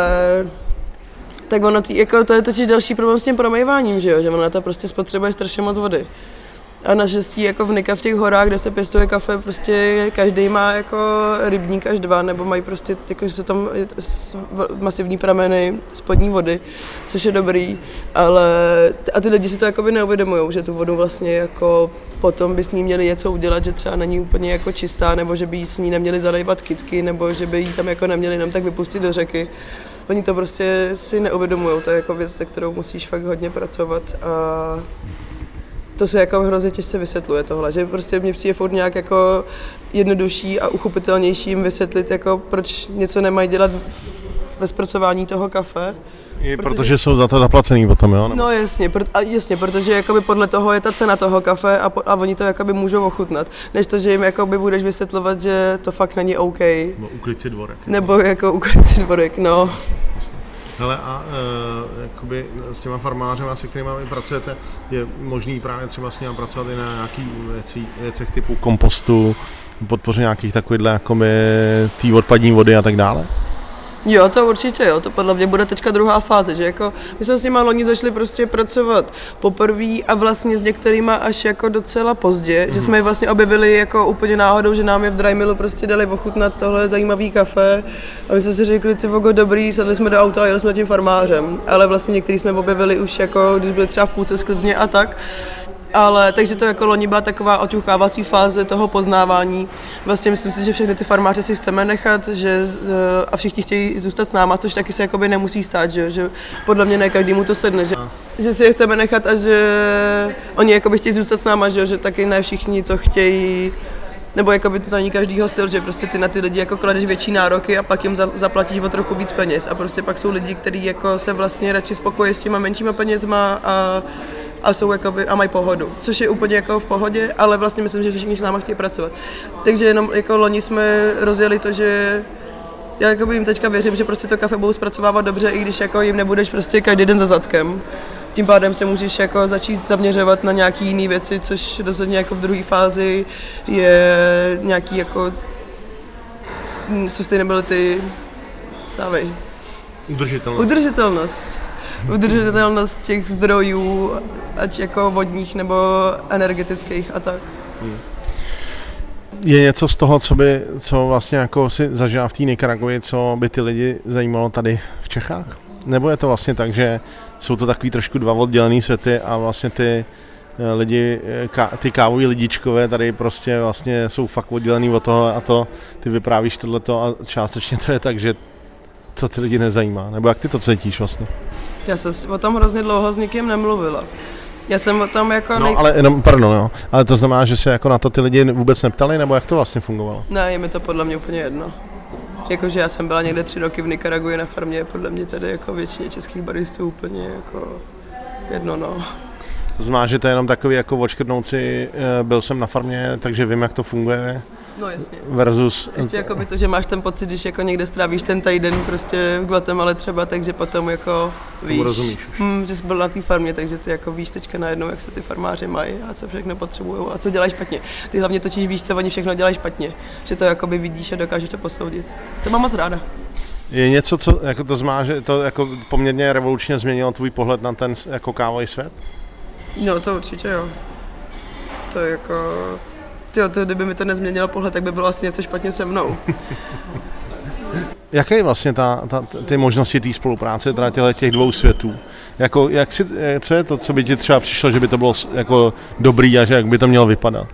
tak ono, tý, jako to je totiž další problém s tím promýváním, že jo, že ono na to prostě spotřebuje strašně moc vody. A naštěstí jako v Nika v těch horách, kde se pěstuje kafe, prostě každý má jako rybník až dva, nebo mají prostě, jako, že jsou tam masivní prameny spodní vody, což je dobrý, ale a ty lidi si to jakoby neuvědomujou, že tu vodu vlastně jako potom by s ní měli něco udělat, že třeba není úplně jako čistá, nebo že by s ní neměli zalejvat kytky, nebo že by ji tam jako neměli jenom tak vypustit do řeky. Oni to prostě si neuvědomujou, to je jako věc, se kterou musíš fakt hodně pracovat a to se jako hrozně těžce vysvětluje tohle, že prostě mně přijde furt nějak jako jednodušší a uchopitelnější jim vysvětlit, jako proč něco nemají dělat ve zpracování toho kafe. I protože, protože jsou za to zaplacený potom, jo? Nebo? No jasně, pro, a jasně, protože jakoby podle toho je ta cena toho kafe a, po, a oni to jakoby můžou ochutnat. Než to, že jim jakoby budeš vysvětlovat, že to fakt není OK. Nebo uklid si dvorek. Nebo jako uklid si dvorek, no. Hele, a e, jakoby s těma farmářemi, se kterými vy pracujete, je možný právě třeba s nimi pracovat i na nějakých věcí, věcech typu kompostu, podpoře nějakých takovýchhle jakoby tý odpadní vody a tak dále? Jo, to určitě, jo, to podle mě bude teďka druhá fáze, že jako my jsme s nima loni začali prostě pracovat poprvé a vlastně s některýma až jako docela pozdě, mm. že jsme je vlastně objevili jako úplně náhodou, že nám je v dry millu prostě dali ochutnat tohle zajímavý kafe a my jsme si řekli, ty vogo, dobrý, sedli jsme do auta a jeli jsme tím farmářem, ale vlastně některý jsme objevili už jako, když byli třeba v půlce sklzně a tak. Ale takže to jako loni byla taková oťuchávací fáze toho poznávání. Vlastně myslím si, že všechny ty farmáře si chceme nechat, že a všichni chtějí zůstat s náma, což taky se jakoby nemusí stát, že, že podle mě ne každému to sedne, že, že si je chceme nechat a že oni jakoby chtějí zůstat s náma, že, že taky ne všichni to chtějí, nebo jakoby to není každýho styl, že prostě ty na ty lidi jako kladeš větší nároky a pak jim za, zaplatíš o trochu víc peněz a prostě pak jsou lidi, kteří jako se vlastně radši spokojí s těma menšíma penězma a a jsou jakoby, a mají pohodu, což je úplně jako v pohodě, ale vlastně myslím, že všichni s náma chtějí pracovat. Takže jenom jako loni jsme rozjeli to, že já jakoby jim teďka věřím, že prostě to kafe budou zpracovávat dobře, i když jako jim nebudeš prostě každý den za zadkem. Tím pádem se můžeš jako začít zaměřovat na nějaké jiné věci, což rozhodně jako v druhé fázi je nějaký jako sustainability, dávej. Udržitelnost. Udržitelnost. Udržitelnost těch zdrojů, ať jako vodních nebo energetických a tak. Hmm. Je něco z toho, co by, co vlastně jako si zažila v té Nikaraguji, co by ty lidi zajímalo tady v Čechách? Nebo je to vlastně tak, že jsou to takový trošku dva oddělený světy a vlastně ty lidi, ty kávoví lidičkové tady prostě vlastně jsou fakt oddělený od toho a to, ty vyprávíš tohleto a částečně to je tak, že to ty lidi nezajímá, nebo jak ty to cítíš vlastně? Já jsem o tom hrozně dlouho s nikým nemluvila. Já jsem o tom jako... No, nej... ale jenom, pardon, jo. Ale to znamená, že se jako na to ty lidi vůbec neptali, nebo jak to vlastně fungovalo? Ne, je mi to podle mě úplně jedno. Jakože já jsem byla někde tři roky v Nikaraguji na farmě, podle mě tady jako většině českých baristů úplně jako jedno, no. To znamená, že to je jenom takový jako odškrtnouci, byl jsem na farmě, takže vím, jak to funguje. No jasně. Versus... Ještě jako by to, že máš ten pocit, když jako někde strávíš ten týden prostě v Guatemala třeba, takže potom jako víš, hm, že jsi byl na té farmě, takže ty jako víš teďka najednou, jak se ty farmáři mají a co všechno potřebujou a co dělají špatně. Ty hlavně totiž víš, co oni všechno dělají špatně, že to jako by vidíš a dokážeš to posoudit. To mám moc ráda. Je něco, co jako to znamená, že to jako poměrně revolučně změnilo tvůj pohled na ten jako kávový svět? No to určitě jo. To je jako... Tyjo, to, kdyby mi to nezměnilo pohled, tak by bylo asi něco špatně se mnou. Jaké je vlastně ta, ta, ty možnosti té spolupráce teda těch dvou světů? Jako, jak si, co je to, co by ti třeba přišlo, že by to bylo jako dobrý a že jak by to mělo vypadat?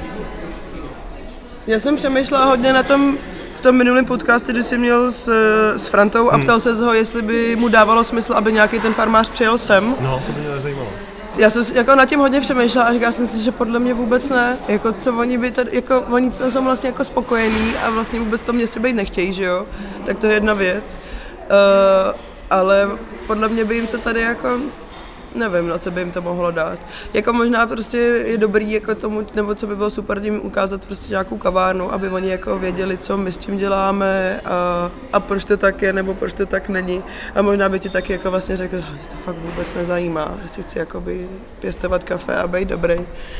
Já jsem přemýšlela hodně na tom, v tom minulém podcastu, když jsi měl s, s Frantou a ptal hmm. se ho, jestli by mu dávalo smysl, aby nějaký ten farmář přijel sem. No, to by mě zajímalo. Já jsem jako nad tím hodně přemýšlela a říkala jsem si, že podle mě vůbec ne, jako co oni by tady, jako oni jsou vlastně jako spokojení a vlastně vůbec to městě být nechtějí, že jo, tak to je jedna věc. Uh, ale podle mě by jim to tady jako, nevím, no, co by jim to mohlo dát. Jako možná prostě je dobrý jako tomu, nebo co by bylo super jim ukázat prostě nějakou kavárnu, aby oni jako věděli, co my s tím děláme a, a proč to tak je, nebo proč to tak není. A možná by ti taky jako vlastně řekl, že to fakt vůbec nezajímá, jestli chci jakoby pěstovat kafe a být dobrý.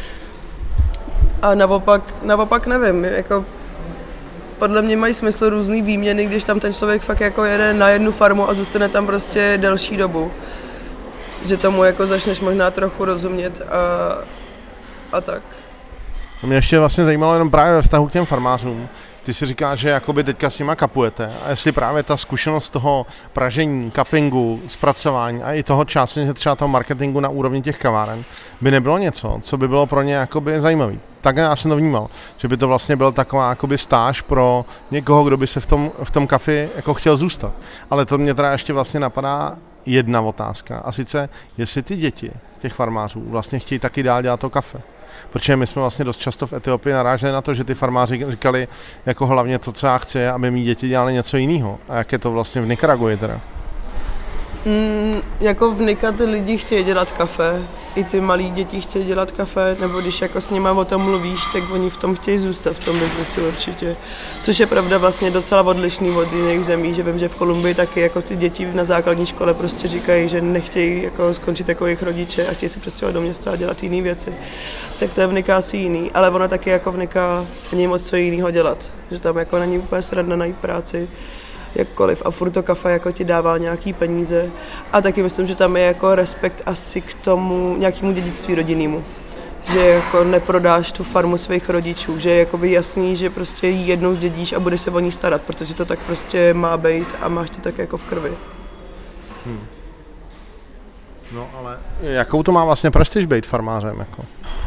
A naopak, naopak nevím, jako podle mě mají smysl různý výměny, když tam ten člověk fakt jako jede na jednu farmu a zůstane tam prostě delší dobu. Že tomu jako začneš možná trochu rozumět a, a tak. Mě ještě vlastně zajímalo jenom právě ve vztahu k těm farmářům. Ty si říkáš, že jakoby teďka s nima kapujete a jestli právě ta zkušenost toho pražení, cuppingu, zpracování a i toho částečně třeba toho marketingu na úrovni těch kaváren by nebylo něco, co by bylo pro ně jakoby zajímavý. Tak já jsem to vnímal, že by to vlastně byla taková jakoby stáž pro někoho, kdo by se v tom, v tom kafi jako chtěl zůstat. Ale to mě teda ještě vlastně napadá jedna otázka a sice, jestli ty děti těch farmářů vlastně chtějí taky dál dělat to kafe. Protože my jsme vlastně dost často v Etiopii naráželi na to, že ty farmáři říkali, jako hlavně to, co já chci, aby mý děti dělali něco jiného. A jak je to vlastně v Nikaraguji teda? Mm, jako v Nika ty lidi chtějí dělat kafe, i ty malí děti chtějí dělat kafe, nebo když jako s nima o tom mluvíš, tak oni v tom chtějí zůstat, v tom biznesu určitě. Což je pravda vlastně docela odlišný od jiných zemí, že vím, že v Kolumbii taky jako ty děti na základní škole prostě říkají, že nechtějí jako skončit jako jejich rodiče a chtějí se přestěhovat do města a dělat jiné věci. Tak to je v Nika asi jiný, ale ono taky jako v Nika není moc co jiného dělat, že tam jako není úplně snadno najít práci. Jakkoliv a furt to kafe jako ti dává nějaký peníze a taky myslím, že tam je jako respekt asi k tomu nějakému dědictví rodinnému, že jako neprodáš tu farmu svých rodičů, že je jakoby jasný, že prostě ji jednou zdědíš a budeš se o ní starat, protože to tak prostě má být a máš to tak jako v krvi. Hmm. No ale jakou to má vlastně prestiž být farmářem jako?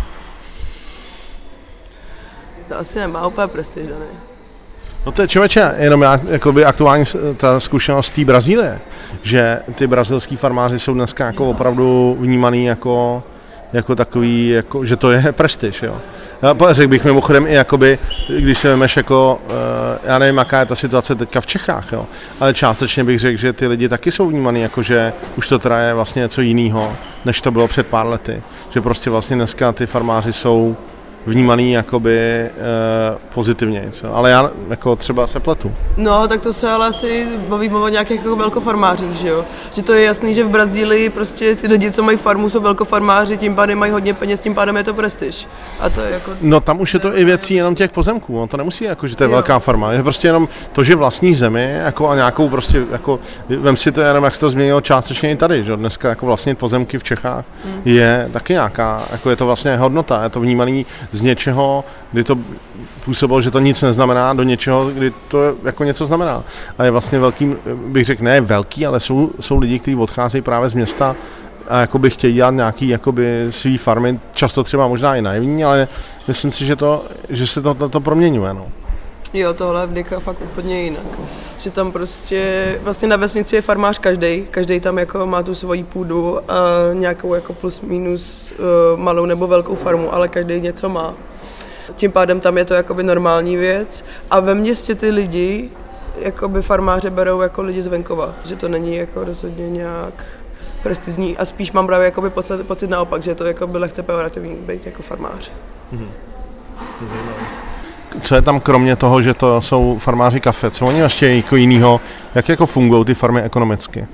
To asi nemá úplně prestiž, ne? No to je člověče, jenom já, jakoby aktuální ta zkušenost té Brazílie, že ty brazilský farmáři jsou dneska jako opravdu vnímaný jako, jako takový, jako, že to je prestiž, jo. Já řekl bych mimochodem i jakoby, když si vemeš jako, já nevím, jaká je ta situace teďka v Čechách, jo, ale částečně bych řekl, že ty lidi taky jsou vnímaný jako, že už to teda je vlastně něco jiného, než to bylo před pár lety, že prostě vlastně dneska ty farmáři jsou vnímaný jakoby e, pozitivně, co? Ale já jako třeba se pletu. No, tak to se ale asi bavíme o nějakých jako velkofarmářích, že jo? Že to je jasný, že v Brazílii prostě ty lidi, co mají farmu, jsou velkofarmáři, tím pádem mají hodně peněz, tím pádem je to prestiž. A to je jako... No tam už je to i věcí jenom těch pozemků, no, to nemusí jako, že to je jo. Velká farma, je prostě jenom to, že vlastní zemi, jako a nějakou prostě, jako, vem si to jenom, jak se to změnilo částečně i tady, že dneska jako vlastnit pozemky v Čechách hmm. je taky nějaká, jako je to vlastně hodnota, je to vnímaný z něčeho, kdy to působilo, že to nic neznamená, do něčeho, kdy to jako něco znamená. A je vlastně velký, bych řekl, ne velký, ale jsou, jsou lidi, kteří odcházejí právě z města a jakoby chtějí dělat nějaký jakoby svý farmy, často třeba možná i naivní, ale myslím si, že, to, že se to, to, to proměňuje. No. Jo, tohle je v Nika fakt úplně jinak. Že tam prostě, vlastně na vesnici je farmář každej, každej tam jako má tu svoji půdu a nějakou jako plus minus uh, malou nebo velkou farmu, ale každej něco má. Tím pádem tam je to jakoby normální věc a ve městě ty lidi jakoby farmáře berou jako lidi z venkova, že to není jako rozhodně nějak prestižní a spíš mám právě jakoby pocit, pocit naopak, že je to jakoby lehce pejorativní být jako farmář. Mhm. Zajímavé. Co je tam kromě toho, že to jsou farmáři kafe? Co oni ještě jako jinýho? Jak jako fungují ty farmy ekonomicky?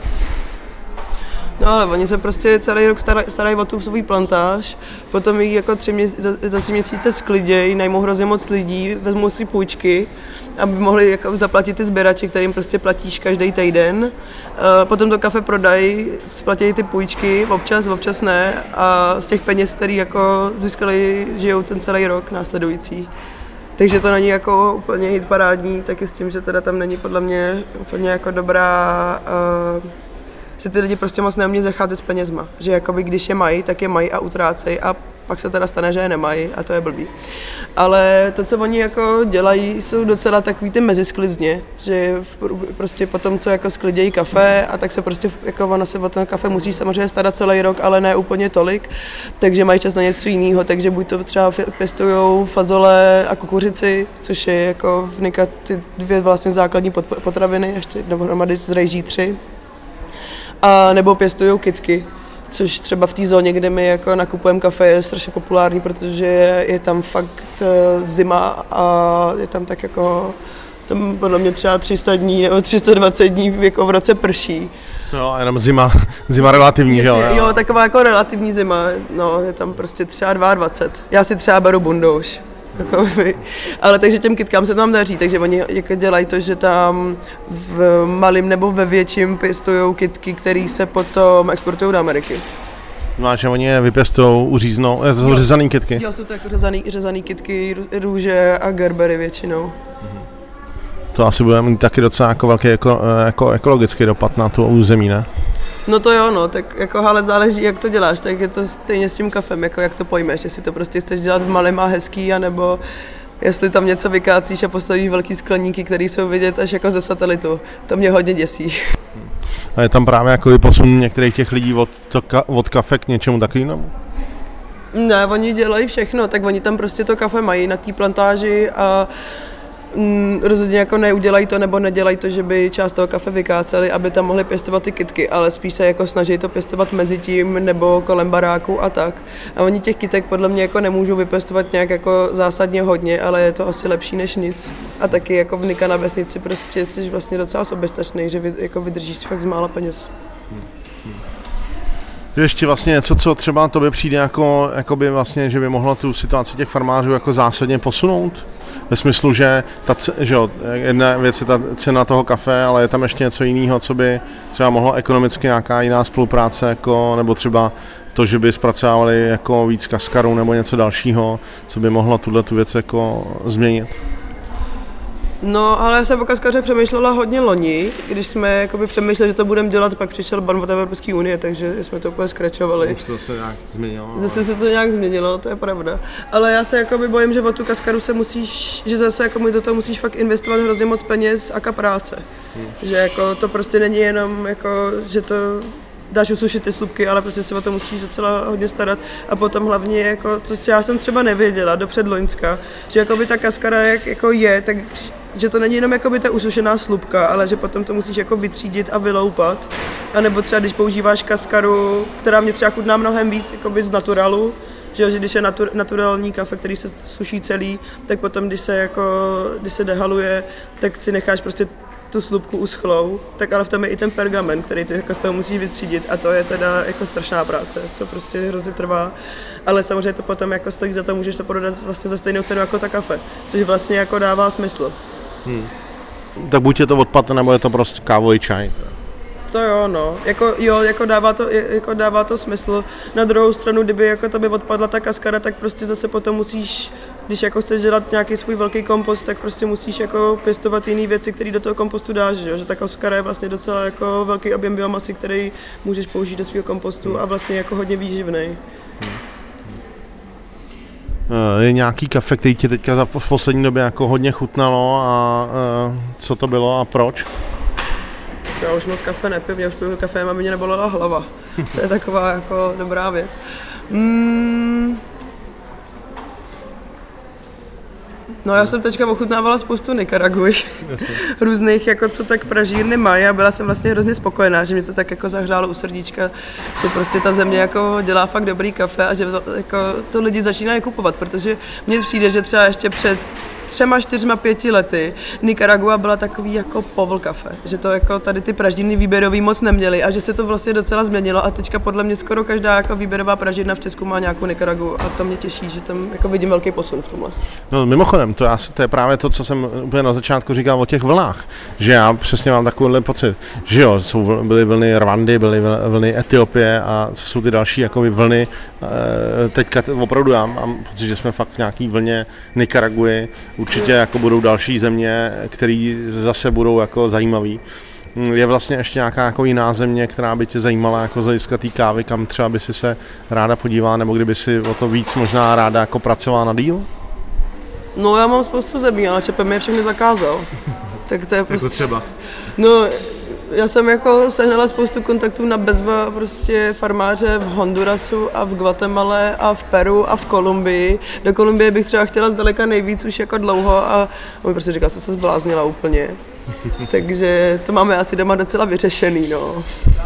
No ale oni se prostě celý rok starají, starají o tu svou plantáž, potom ji jako tři měsíce, za, za tři měsíce sklidějí, najmou hrozně moc lidí, vezmou si půjčky, aby mohli jako zaplatit ty sběrači, kterým prostě platíš každý týden. Potom to kafe prodají, splatí ty půjčky, občas, občas ne a z těch peněz, který jako získali, žijou ten celý rok následující. Takže to není jako úplně hitparádní, taky s tím, že teda tam není podle mě úplně jako dobrá, uh, že ty lidi prostě moc neumějí zacházet s penězma. Že jakoby když je mají, tak je mají a utrácejí a pak se teda stane, že je nemají a to je blbý. Ale to, co oni jako dělají, jsou docela takový ty mezisklizně, že v, prostě po tom, co jako sklidějí kafe a tak se prostě jako ono se o ten kafe musí samozřejmě starat celý rok, ale ne úplně tolik, takže mají čas na něco jiného, takže buď to třeba pěstujou fazole a kukuřici, což je jako v Nika ty dvě vlastně základní potraviny, ještě dohromady z rejží tři. a nebo pěstují kytky, což třeba v té zóně, kde my jako nakupujeme kafe, je strašně populární, protože je, je tam fakt zima a je tam tak jako, tam podle mě třeba tři sta dní nebo tři sta dvacet dní jako v roce prší. No, jenom zima, zima relativní, Jestli, jo? Jo, taková jako relativní zima, no, je tam prostě třeba dvacet dva. Já si třeba beru bundouš. Jako ale takže těm kytkám se tam daří, takže oni jako dělají to, že tam v malým nebo ve větším pěstují kytky, které se potom exportují do Ameriky. No a že oni je vypěstou, uříznou, to jsou řezaný kytky? Jo, jsou to jako řezaný, řezaný kytky, růže a gerbery většinou. To asi bude mít taky docela jako velký jako, jako ekologický dopad na tu území, ne? No to jo, no, tak jako ale záleží, jak to děláš, tak je to stejně s tím kafem, jako jak to pojmeš, jestli to prostě chceš dělat v malém a hezký, anebo jestli tam něco vykácíš a postavíš velký skleníky, které jsou vidět až jako ze satelitu. To mě hodně děsí. A je tam právě jako posun některých těch lidí od, to, od kafe k něčemu takovému? Ne, oni dělají všechno, tak oni tam prostě to kafe mají na té plantáži a Mm, rozhodně jako neudělají to nebo nedělají to, že by část toho kafe vykáceli, aby tam mohli pěstovat ty kytky, ale spíš se jako snaží to pěstovat mezi tím nebo kolem baráku a tak. A oni těch kytek podle mě jako nemůžou vypěstovat nějak jako zásadně hodně, ale je to asi lepší než nic. A taky jako v Nika na vesnici prostě jsi vlastně docela soběstačný, že vy, jako vydržíš fakt z mála peněz. Ještě vlastně něco, co třeba tobě přijde jako, jakoby vlastně, že by mohlo tu situaci těch farmářů jako zásadně posunout? Ve smyslu, že, ta, že jo, jedna věc je ta cena toho kafe, ale je tam ještě něco jiného, co by třeba mohlo ekonomicky nějaká jiná spolupráce, jako, nebo třeba to, že by zpracovali jako víc kaskarů nebo něco dalšího, co by mohlo tuhle tu věc jako změnit? No, ale já jsem o kaskaře přemýšlela hodně loni, když jsme jakoby přemýšleli, že to budeme dělat, pak přišel ban od Evropské unie, takže jsme to úplně skračovali. Už to se nějak změnilo. Zase se to nějak změnilo, to je pravda. Ale já se jakoby bojím, že o tu kaskaru se musíš, že zase jako do toho musíš fakt investovat hrozně moc peněz a práce. Hmm. Že jako to prostě není jenom jako, že to dáš usušit ty slupky, ale prostě se o to musíš docela hodně starat. A potom hlavně, jako, co já jsem třeba nevěděla do předloňska, že jakoby ta kaskara jak jako je, tak že to není jenom jakoby ta usušená slupka, ale že potom to musíš jako vytřídit a vyloupat. A nebo třeba když používáš kaskaru, která mě třeba chutná mnohem víc jakoby z naturalu, že, že když je natur, naturální kafe, který se suší celý, tak potom, když se, jako, když se dehaluje, tak si necháš prostě tu slupku uschlou, tak ale v tom je i ten pergamen, který ty jako z toho musíš vytřídit a to je teda jako strašná práce, to prostě hrozně trvá, ale samozřejmě to potom jako stojí za to, můžeš to prodat vlastně za stejnou cenu jako ta kafe, což vlastně jako dává smysl. Hmm. Tak buď je to odpad, nebo je to prostě kávový čaj. To jo, no, jako, jo, jako dává to, jako dává to smysl. Na druhou stranu, kdyby jako to by odpadla ta kaskara, tak prostě zase potom musíš, když jako chceš dělat nějaký svůj velký kompost, tak prostě musíš jako pěstovat jiné věci, které do toho kompostu dáš, že, že ta kaskara je vlastně docela jako velký objem biomasy, který můžeš použít do svého kompostu a vlastně jako hodně výživný. Je nějaký kafe, který ti teďka v poslední době jako hodně chutnalo a uh, co to bylo a proč? Já už moc kafe nepiju, mě už piju kafe, aby mě nebolela hlava. To je taková jako dobrá věc. Mm. No já jsem teďka ochutnávala spoustu Nikaraguy, různých, jako co tak pražírny mají a byla jsem vlastně hrozně spokojená, že mě to tak jako zahřálo u srdíčka, že prostě ta země jako dělá fakt dobrý kafe a že to, jako, to lidi začínají kupovat, protože mně přijde, že třeba ještě před třema, čtyřma, pěti lety Nikaragua byla takový jako povl kafe, že to jako tady ty pražírny výběrový moc neměly a že se to vlastně docela změnilo a teďka podle mě skoro každá jako výběrová pražírna v Česku má nějakou Nikaragu a to mě těší, že tam jako vidím velký posun v tomhle. No mimochodem, to, já, to je právě to, co jsem úplně na začátku říkal o těch vlnách, že já přesně mám takovýhle pocit, že jo, jsou, byly vlny Rwandy, byly vlny Etiopie a co jsou ty další jakoby vlny, teďka opravdu já mám pocit, že jsme fakt v nějaký vlně Nikaraguy. Určitě jako budou další země, které zase budou jako zajímavý. Je vlastně ještě nějaká jako jiná země, která by tě zajímala jako z hlediska té kávy, kam třeba by si se ráda podívala, nebo kdyby si o to víc možná ráda jako pracovala na díl? No já mám spoustu zemí, ale ČEPEM je všechny zakázal. Tak to je prostě... Jako třeba? No, já jsem jako sehnala spoustu kontaktů na bezva prostě farmáře v Hondurasu a v Guatemale a v Peru a v Kolumbii. Do Kolumbie bych třeba chtěla zdaleka nejvíc už jako dlouho a on prostě říkal, že se zbláznila úplně. Takže to máme asi doma docela vyřešený, no.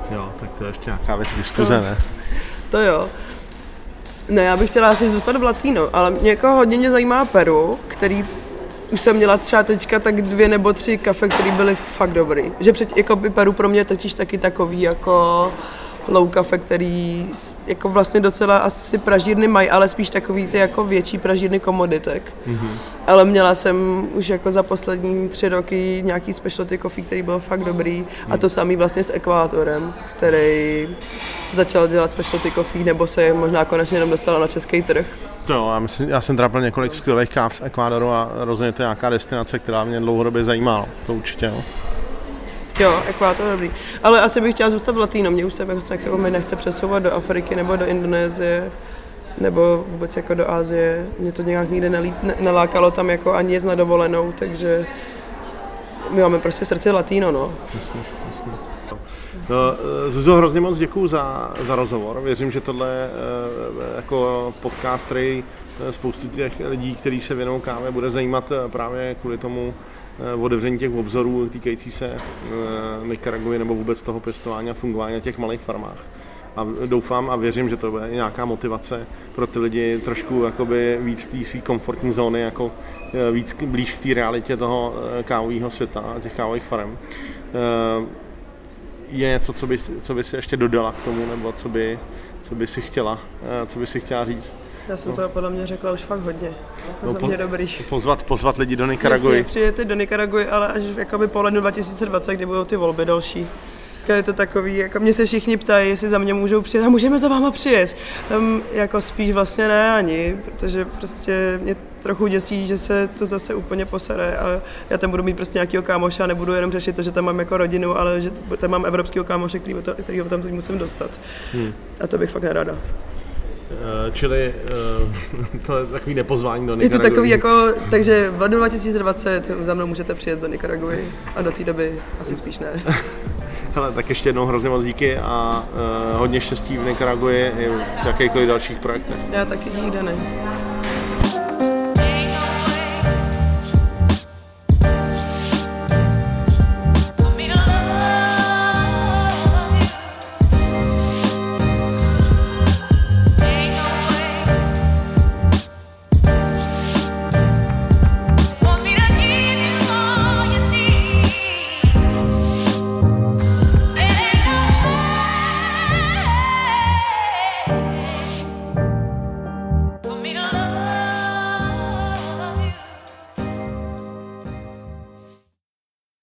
Jo, tak to je ještě nějaká věc diskuze, to, ne? To jo. Ne, já bych chtěla asi zůstat v Latino, ale mě jako hodně mě zajímá Peru, který už jsem měla třeba teďka tak dvě nebo tři kafe, které byly fakt dobrý. Že před, jako by Peru pro mě totiž taky takový jako low kafe, který jako vlastně docela asi pražírny mají, ale spíš takový ty jako větší pražírny komoditek. Mm-hmm. Ale měla jsem už jako za poslední tři roky nějaký specialty coffee, který byl fakt dobrý. Mm. A to samý vlastně s Ekvátorem, který začal dělat specialty coffee, nebo se možná konečně jenom dostala na český trh. To jo, já, myslím, já jsem trápil několik skvělých káv z Ekvádoru a rozhodně to je nějaká destinace, která mě dlouhodobě zajímala. To určitě, jo. Jo, Ekvátor dobrý. Ale asi bych chtěla zůstat v Latino. Mě už se jako mi nechce přesouvat do Afriky nebo do Indonésie nebo vůbec jako do Asie. Mě to nějak nikdy nelít, nelákalo tam jako ani jet na dovolenou, takže my máme prostě srdce Latino, no. Jasně, jasně. No, Zuzo, hrozně moc děkuju za, za rozhovor. Věřím, že tohle je jako podcast, který spoustu těch lidí, kteří se věnují kávě, bude zajímat právě kvůli tomu otevření těch obzorů týkající se Nikaraguy nebo vůbec toho pěstování a fungování na těch malých farmách. A doufám a věřím, že to bude nějaká motivace pro ty lidi trošku jakoby víc té své komfortní zóny, jako víc blíž k té realitě toho kávového světa a těch kávových farem. Je něco, co by, co by si ještě dodala k tomu, nebo co by, co by si chtěla, co by si chtěla říct? Já jsem no. to podle mě řekla už fakt hodně. No, za mě dobrý. Pozvat, pozvat lidi do Nikaraguy. Jasně, přijete do Nikaraguy, ale až jakoby po lednu dva tisíce dvacet, kdy budou ty volby další. Je to takový, jako mě se všichni ptají, jestli za mě můžou přijet a můžeme za váma přijet. Tam jako spíš vlastně ne ani, protože prostě mě trochu děsí, že se to zase úplně posere a já tam budu mít prostě nějakýho kámoše a nebudu jenom řešit to, že tam mám jako rodinu, ale že tam mám evropského kámoše, kterýho, to, kterýho tam teď musím dostat. Hmm. A to bych fakt nerada. Uh, čili uh, to je takový nepozvání do Nikaraguy. Je to takový jako, takže v lednu dva tisíce dvacet za mnou můžete přijet do Nikaraguy a do té doby asi spíš ne. Hele, tak ještě jednou hrozně moc díky a uh, hodně štěstí v Nikaraguji i v jakýchkoliv dalších projektech. Já taky díky, Dany.